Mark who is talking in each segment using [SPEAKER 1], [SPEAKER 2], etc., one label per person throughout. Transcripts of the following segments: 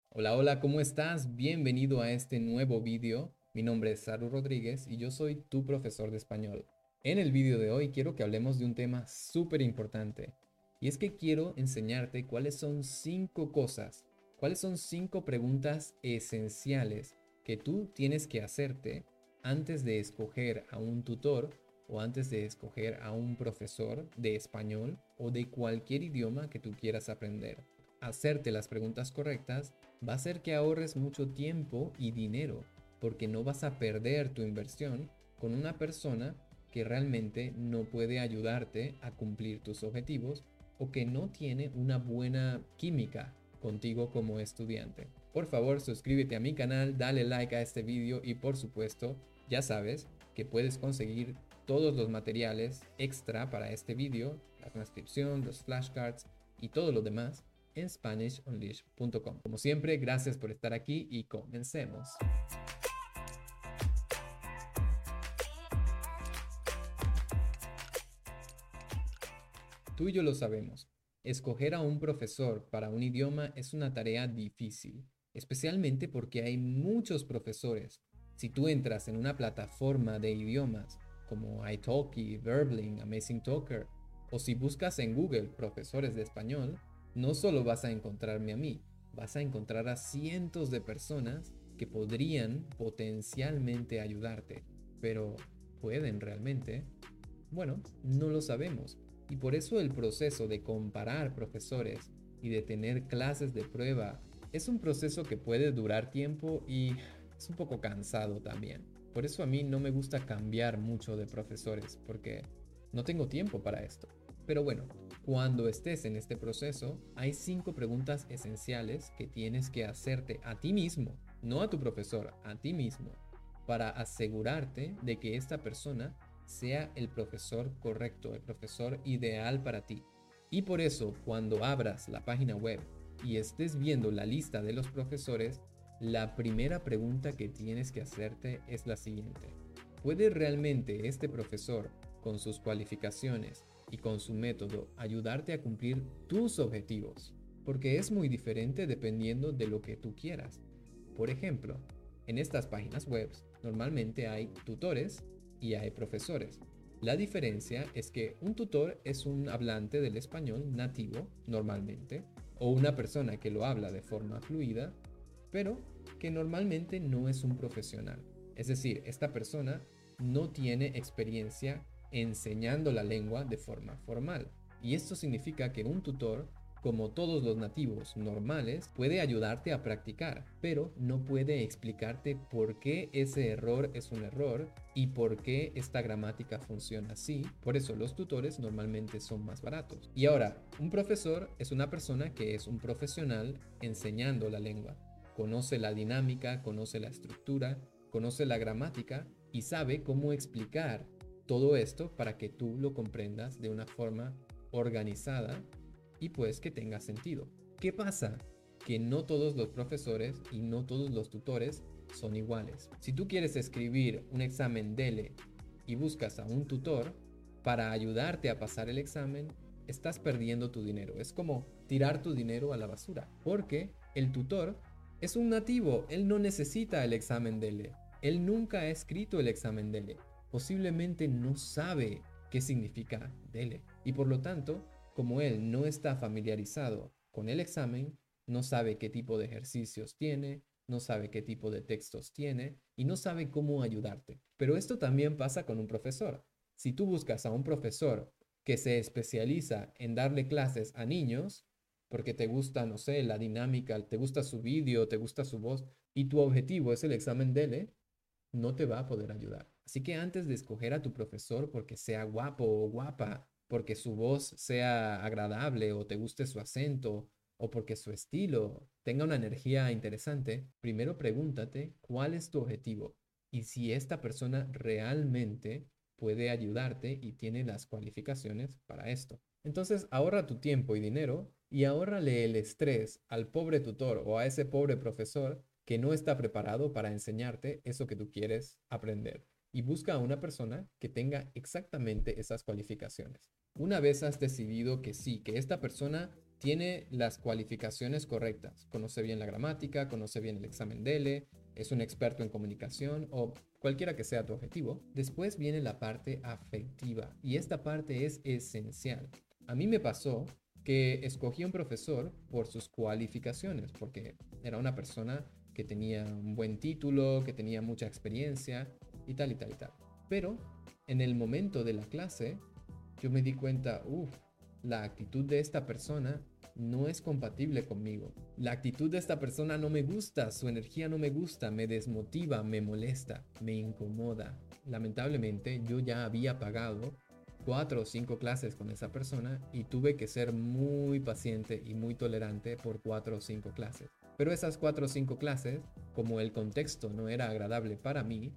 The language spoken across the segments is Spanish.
[SPEAKER 1] Hola, hola, ¿cómo estás? Bienvenido a este nuevo vídeo. Mi nombre es Saru Rodríguez y yo soy tu profesor de español. En el vídeo de hoy quiero que hablemos de un tema súper importante. Y es que quiero enseñarte cuáles son 5 cosas, cuáles son 5 preguntas esenciales que tú tienes que hacerte antes de escoger a un tutor o antes de escoger a un profesor de español o de cualquier idioma que tú quieras aprender. Hacerte las preguntas correctas va a hacer que ahorres mucho tiempo y dinero, porque no vas a perder tu inversión con una persona que realmente no puede ayudarte a cumplir tus objetivos o que no tiene una buena química contigo como estudiante. Por favor, suscríbete a mi canal, dale like a este vídeo y por supuesto, ya sabes que puedes conseguir todos los materiales extra para este vídeo, la transcripción, los flashcards y todo lo demás en SpanishUnleashed.com. Como siempre, gracias por estar aquí y comencemos. Tú y yo lo sabemos. Escoger a un profesor para un idioma es una tarea difícil, especialmente porque hay muchos profesores. Si tú entras en una plataforma de idiomas como italki, Verbling, Amazing Talker, o si buscas en Google profesores de español, no solo vas a encontrarme a mí, vas a encontrar a cientos de personas que podrían potencialmente ayudarte, pero ¿pueden realmente? Bueno, no lo sabemos. Y por eso el proceso de comparar profesores y de tener clases de prueba es un proceso que puede durar tiempo y es un poco cansado también. Por eso a mí no me gusta cambiar mucho de profesores porque no tengo tiempo para esto. Pero bueno, cuando estés en este proceso, hay 5 preguntas esenciales que tienes que hacerte a ti mismo, no a tu profesor, a ti mismo, para asegurarte de que esta persona sea el profesor correcto, el profesor ideal para ti. Y por eso, cuando abras la página web y estés viendo la lista de los profesores, la primera pregunta que tienes que hacerte es la siguiente. ¿Puede realmente este profesor, con sus cualificaciones y con su método, ayudarte a cumplir tus objetivos? Porque es muy diferente dependiendo de lo que tú quieras. Por ejemplo, en estas páginas web normalmente hay tutores y hay profesores. La diferencia es que un tutor es un hablante del español nativo, normalmente, o una persona que lo habla de forma fluida, pero que normalmente no es un profesional. Es decir, esta persona no tiene experiencia enseñando la lengua de forma formal. Y esto significa que un tutor, como todos los nativos normales, puede ayudarte a practicar, pero no puede explicarte por qué ese error es un error y por qué esta gramática funciona así. Por eso los tutores normalmente son más baratos. Y ahora, un profesor es una persona que es un profesional enseñando la lengua. Conoce la dinámica, conoce la estructura, conoce la gramática y sabe cómo explicar todo esto para que tú lo comprendas de una forma organizada y pues que tenga sentido. ¿Qué pasa? Que no todos los profesores y no todos los tutores son iguales. Si tú quieres escribir un examen DELE y buscas a un tutor para ayudarte a pasar el examen, estás perdiendo tu dinero. Es como tirar tu dinero a la basura, porque el tutor es un nativo, él no necesita el examen DELE. Él nunca ha escrito el examen DELE. Posiblemente no sabe qué significa DELE. Y por lo tanto, como él no está familiarizado con el examen, no sabe qué tipo de ejercicios tiene, no sabe qué tipo de textos tiene y no sabe cómo ayudarte. Pero esto también pasa con un profesor. Si tú buscas a un profesor que se especializa en darle clases a niños, porque te gusta, no sé, la dinámica, te gusta su vídeo, te gusta su voz, y tu objetivo es el examen DELE, no te va a poder ayudar. Así que antes de escoger a tu profesor porque sea guapo o guapa, porque su voz sea agradable o te guste su acento o porque su estilo tenga una energía interesante, primero pregúntate cuál es tu objetivo y si esta persona realmente puede ayudarte y tiene las cualificaciones para esto. Entonces ahorra tu tiempo y dinero y ahórrale el estrés al pobre tutor o a ese pobre profesor que no está preparado para enseñarte eso que tú quieres aprender. Y busca a una persona que tenga exactamente esas cualificaciones. Una vez has decidido que sí, que esta persona tiene las cualificaciones correctas, conoce bien la gramática, conoce bien el examen DELE, es un experto en comunicación o cualquiera que sea tu objetivo. Después viene la parte afectiva y esta parte es esencial. A mí me pasó que escogí un profesor por sus cualificaciones, porque era una persona que tenía un buen título, que tenía mucha experiencia y tal y tal y tal. Pero en el momento de la clase, yo me di cuenta, la actitud de esta persona no es compatible conmigo. La actitud de esta persona no me gusta, su energía no me gusta, me desmotiva, me molesta, me incomoda. Lamentablemente, yo ya había pagado 4 o 5 clases con esa persona y tuve que ser muy paciente y muy tolerante por 4 o 5 clases. Pero esas 4 o 5 clases, como el contexto no era agradable para mí,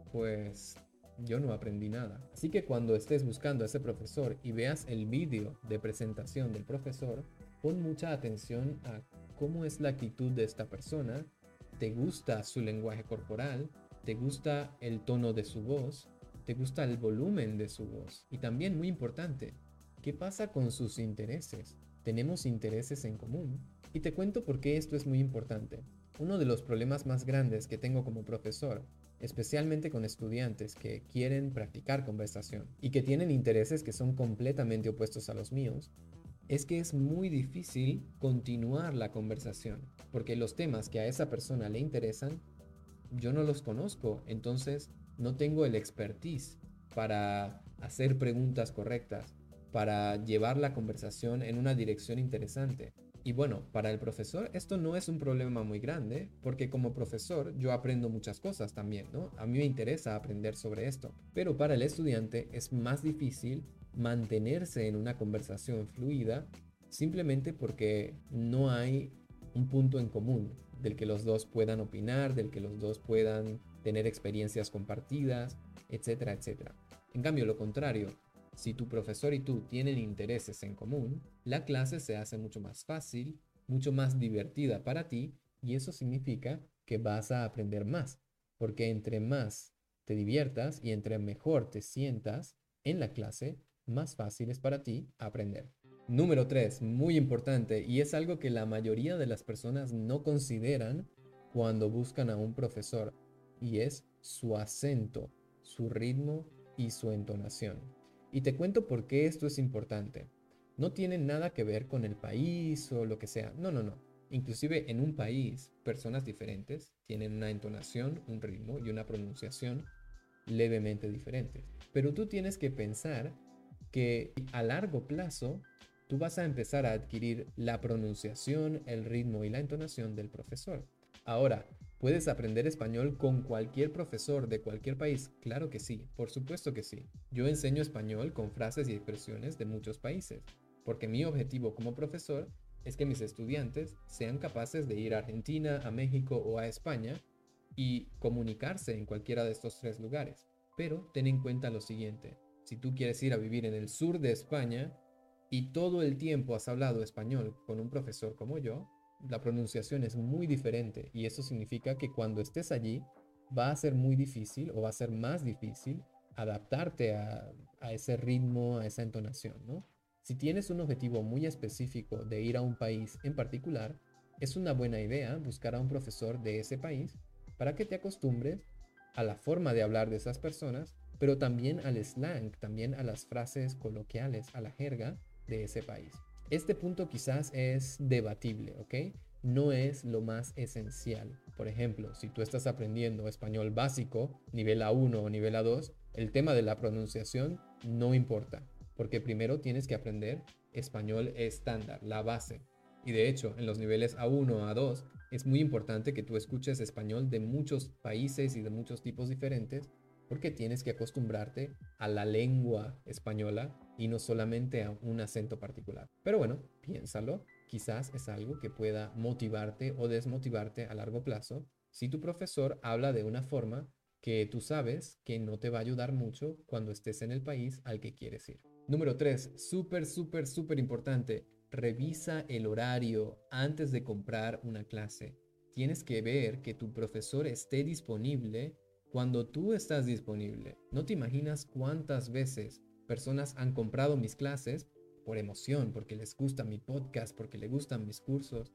[SPEAKER 1] pues yo no aprendí nada. Así que cuando estés buscando a ese profesor y veas el vídeo de presentación del profesor, pon mucha atención a cómo es la actitud de esta persona, te gusta su lenguaje corporal, te gusta el tono de su voz, te gusta el volumen de su voz. Y también muy importante, ¿qué pasa con sus intereses? ¿Tenemos intereses en común? Y te cuento por qué esto es muy importante. Uno de los problemas más grandes que tengo como profesor, especialmente con estudiantes que quieren practicar conversación y que tienen intereses que son completamente opuestos a los míos, es que es muy difícil continuar la conversación, porque los temas que a esa persona le interesan, yo no los conozco, entonces no tengo el expertise para hacer preguntas correctas, para llevar la conversación en una dirección interesante. Y bueno, para el profesor esto no es un problema muy grande, porque como profesor yo aprendo muchas cosas también, ¿no? A mí me interesa aprender sobre esto, pero para el estudiante es más difícil mantenerse en una conversación fluida simplemente porque no hay un punto en común del que los dos puedan opinar, del que los dos puedan tener experiencias compartidas, etcétera, etcétera. En cambio, lo contrario, si tu profesor y tú tienen intereses en común, la clase se hace mucho más fácil, mucho más divertida para ti y eso significa que vas a aprender más, porque entre más te diviertas y entre mejor te sientas en la clase, más fácil es para ti aprender. Número 3, muy importante, y es algo que la mayoría de las personas no consideran cuando buscan a un profesor, y es su acento, su ritmo y su entonación. Y te cuento por qué esto es importante. No tiene nada que ver con el país o lo que sea. No, no, no. Inclusive en un país, personas diferentes tienen una entonación, un ritmo y una pronunciación levemente diferentes. Pero tú tienes que pensar que a largo plazo tú vas a empezar a adquirir la pronunciación, el ritmo y la entonación del profesor. Ahora, ¿puedes aprender español con cualquier profesor de cualquier país? Claro que sí, por supuesto que sí. Yo enseño español con frases y expresiones de muchos países, porque mi objetivo como profesor es que mis estudiantes sean capaces de ir a Argentina, a México o a España y comunicarse en cualquiera de estos 3 lugares. Pero ten en cuenta lo siguiente, si tú quieres ir a vivir en el sur de España y todo el tiempo has hablado español con un profesor como yo, la pronunciación es muy diferente y eso significa que cuando estés allí va a ser muy difícil o va a ser más difícil adaptarte a ese ritmo, a esa entonación, ¿no? Si tienes un objetivo muy específico de ir a un país en particular, es una buena idea buscar a un profesor de ese país para que te acostumbres a la forma de hablar de esas personas, pero también al slang, también a las frases coloquiales, a la jerga de ese país. Este punto quizás es debatible, ¿ok? No es lo más esencial. Por ejemplo, si tú estás aprendiendo español básico, nivel A1 o nivel A2, el tema de la pronunciación no importa, porque primero tienes que aprender español estándar, la base. Y de hecho, en los niveles A1 a A2 es muy importante que tú escuches español de muchos países y de muchos tipos diferentes porque tienes que acostumbrarte a la lengua española y no solamente a un acento particular. Pero bueno, piénsalo, quizás es algo que pueda motivarte o desmotivarte a largo plazo si tu profesor habla de una forma que tú sabes que no te va a ayudar mucho cuando estés en el país al que quieres ir. Número 3, súper, súper, súper importante. Revisa el horario antes de comprar una clase. Tienes que ver que tu profesor esté disponible cuando tú estás disponible. No te imaginas cuántas veces personas han comprado mis clases por emoción, porque les gusta mi podcast, porque les gustan mis cursos.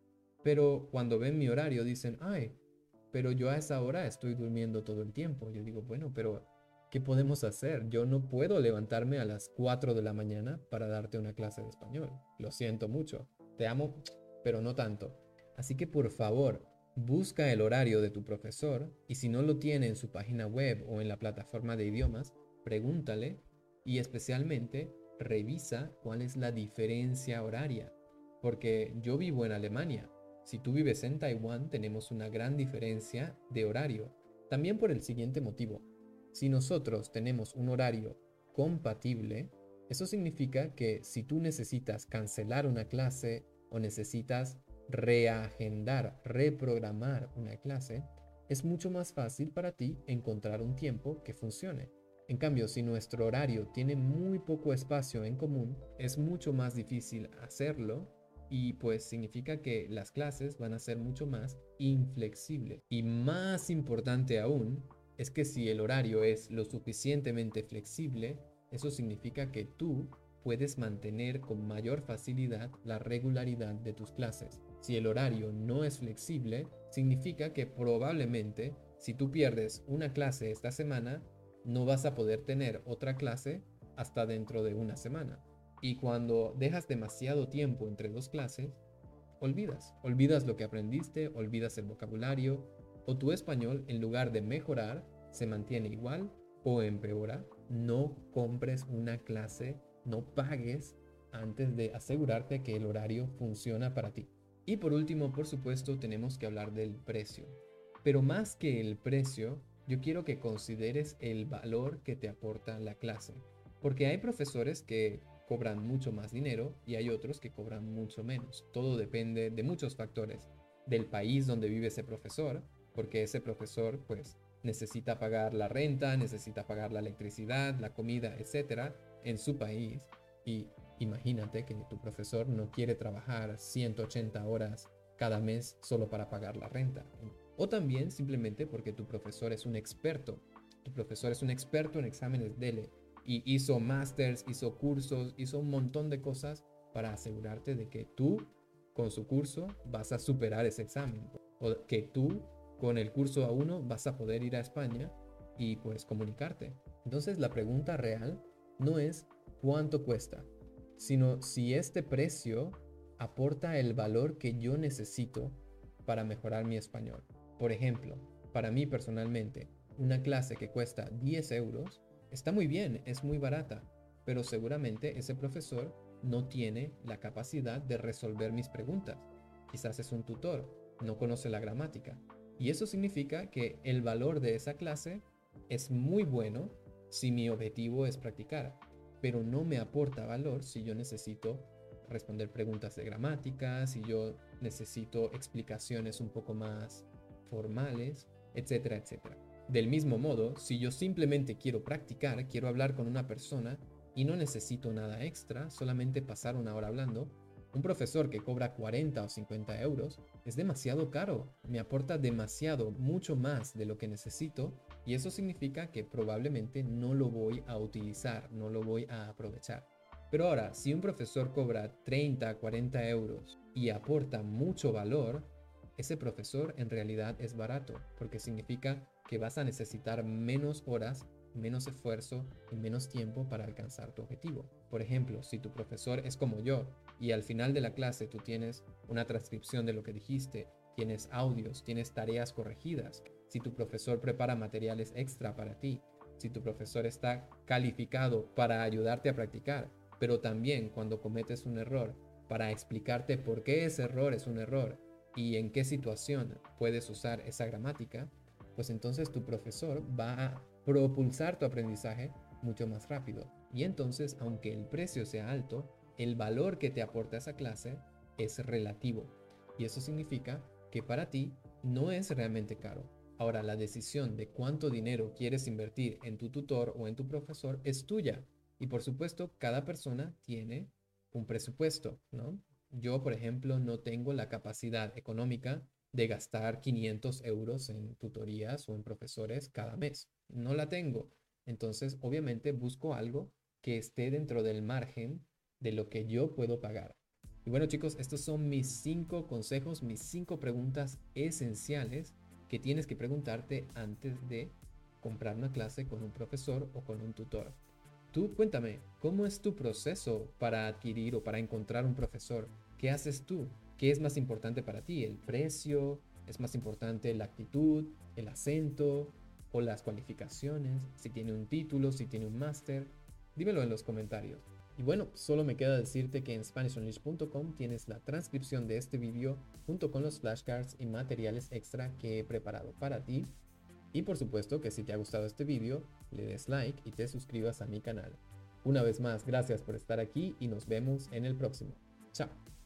[SPEAKER 1] Pero cuando ven mi horario dicen, ay, pero yo a esa hora estoy durmiendo todo el tiempo. Yo digo, bueno, pero ¿qué podemos hacer? Yo no puedo levantarme a las 4 de la mañana para darte una clase de español. Lo siento mucho. Te amo, pero no tanto. Así que por favor, busca el horario de tu profesor y si no lo tiene en su página web o en la plataforma de idiomas, pregúntale y especialmente revisa cuál es la diferencia horaria. Porque yo vivo en Alemania. Si tú vives en Taiwán, tenemos una gran diferencia de horario. También por el siguiente motivo. Si nosotros tenemos un horario compatible, eso significa que si tú necesitas cancelar una clase o necesitas reagendar, reprogramar una clase, es mucho más fácil para ti encontrar un tiempo que funcione. En cambio, si nuestro horario tiene muy poco espacio en común, es mucho más difícil hacerlo y pues significa que las clases van a ser mucho más inflexibles. Y más importante aún, es que si el horario es lo suficientemente flexible, eso significa que tú puedes mantener con mayor facilidad la regularidad de tus clases. Si el horario no es flexible, significa que probablemente si tú pierdes una clase esta semana, no vas a poder tener otra clase hasta dentro de una semana. Y cuando dejas demasiado tiempo entre dos clases, olvidas lo que aprendiste, olvidas el vocabulario, o tu español, en lugar de mejorar, se mantiene igual o empeora. No compres una clase, no pagues antes de asegurarte que el horario funciona para ti. Y por último, por supuesto, tenemos que hablar del precio. Pero más que el precio, yo quiero que consideres el valor que te aporta la clase. Porque hay profesores que cobran mucho más dinero y hay otros que cobran mucho menos. Todo depende de muchos factores. Del país donde vive ese profesor, porque ese profesor pues necesita pagar la renta, necesita pagar la electricidad, la comida, etcétera, en su país. Y imagínate que tu profesor no quiere trabajar 180 horas cada mes solo para pagar la renta. O también simplemente porque tu profesor es un experto. Tu profesor es un experto en exámenes DELE y hizo másters, hizo cursos, hizo un montón de cosas para asegurarte de que tú con su curso vas a superar ese examen o que tú con el curso A1 vas a poder ir a España y pues comunicarte. Entonces la pregunta real no es cuánto cuesta, sino si este precio aporta el valor que yo necesito para mejorar mi español. Por ejemplo, para mí personalmente, una clase que cuesta 10 euros está muy bien, es muy barata, pero seguramente ese profesor no tiene la capacidad de resolver mis preguntas. Quizás es un tutor, no conoce la gramática. Y eso significa que el valor de esa clase es muy bueno si mi objetivo es practicar, pero no me aporta valor si yo necesito responder preguntas de gramática, si yo necesito explicaciones un poco más formales, etcétera, etcétera. Del mismo modo, si yo simplemente quiero practicar, quiero hablar con una persona y no necesito nada extra, solamente pasar una hora hablando, un profesor que cobra 40 o 50 euros es demasiado caro, me aporta demasiado, mucho más de lo que necesito y eso significa que probablemente no lo voy a utilizar, no lo voy a aprovechar. Pero ahora, si un profesor cobra 30, 40 euros y aporta mucho valor, ese profesor en realidad es barato, porque significa que vas a necesitar menos horas, menos esfuerzo y menos tiempo para alcanzar tu objetivo. Por ejemplo, si tu profesor es como yo y al final de la clase tú tienes una transcripción de lo que dijiste, tienes audios, tienes tareas corregidas, si tu profesor prepara materiales extra para ti, si tu profesor está calificado para ayudarte a practicar, pero también cuando cometes un error, para explicarte por qué ese error es un error y en qué situación puedes usar esa gramática, pues entonces tu profesor va a propulsar tu aprendizaje mucho más rápido. Y entonces, aunque el precio sea alto, el valor que te aporta esa clase es relativo. Y eso significa que para ti no es realmente caro. Ahora, la decisión de cuánto dinero quieres invertir en tu tutor o en tu profesor es tuya. Y por supuesto, cada persona tiene un presupuesto, ¿no? Yo, por ejemplo, no tengo la capacidad económica de gastar 500 euros en tutorías o en profesores cada mes. No la tengo. Entonces, obviamente, busco algo que esté dentro del margen de lo que yo puedo pagar. Y bueno, chicos, estos son mis 5 consejos, mis 5 preguntas esenciales que tienes que preguntarte antes de comprar una clase con un profesor o con un tutor. Tú cuéntame, ¿cómo es tu proceso para adquirir o para encontrar un profesor? ¿Qué haces tú? ¿Qué es más importante para ti? ¿El precio? ¿Es más importante la actitud, el acento o las cualificaciones? Si tiene un título, si tiene un máster, dímelo en los comentarios. Y bueno, solo me queda decirte que en SpanishOnLeash.com tienes la transcripción de este vídeo junto con los flashcards y materiales extra que he preparado para ti. Y por supuesto que si te ha gustado este vídeo, le des like y te suscribas a mi canal. Una vez más, gracias por estar aquí y nos vemos en el próximo. Chao.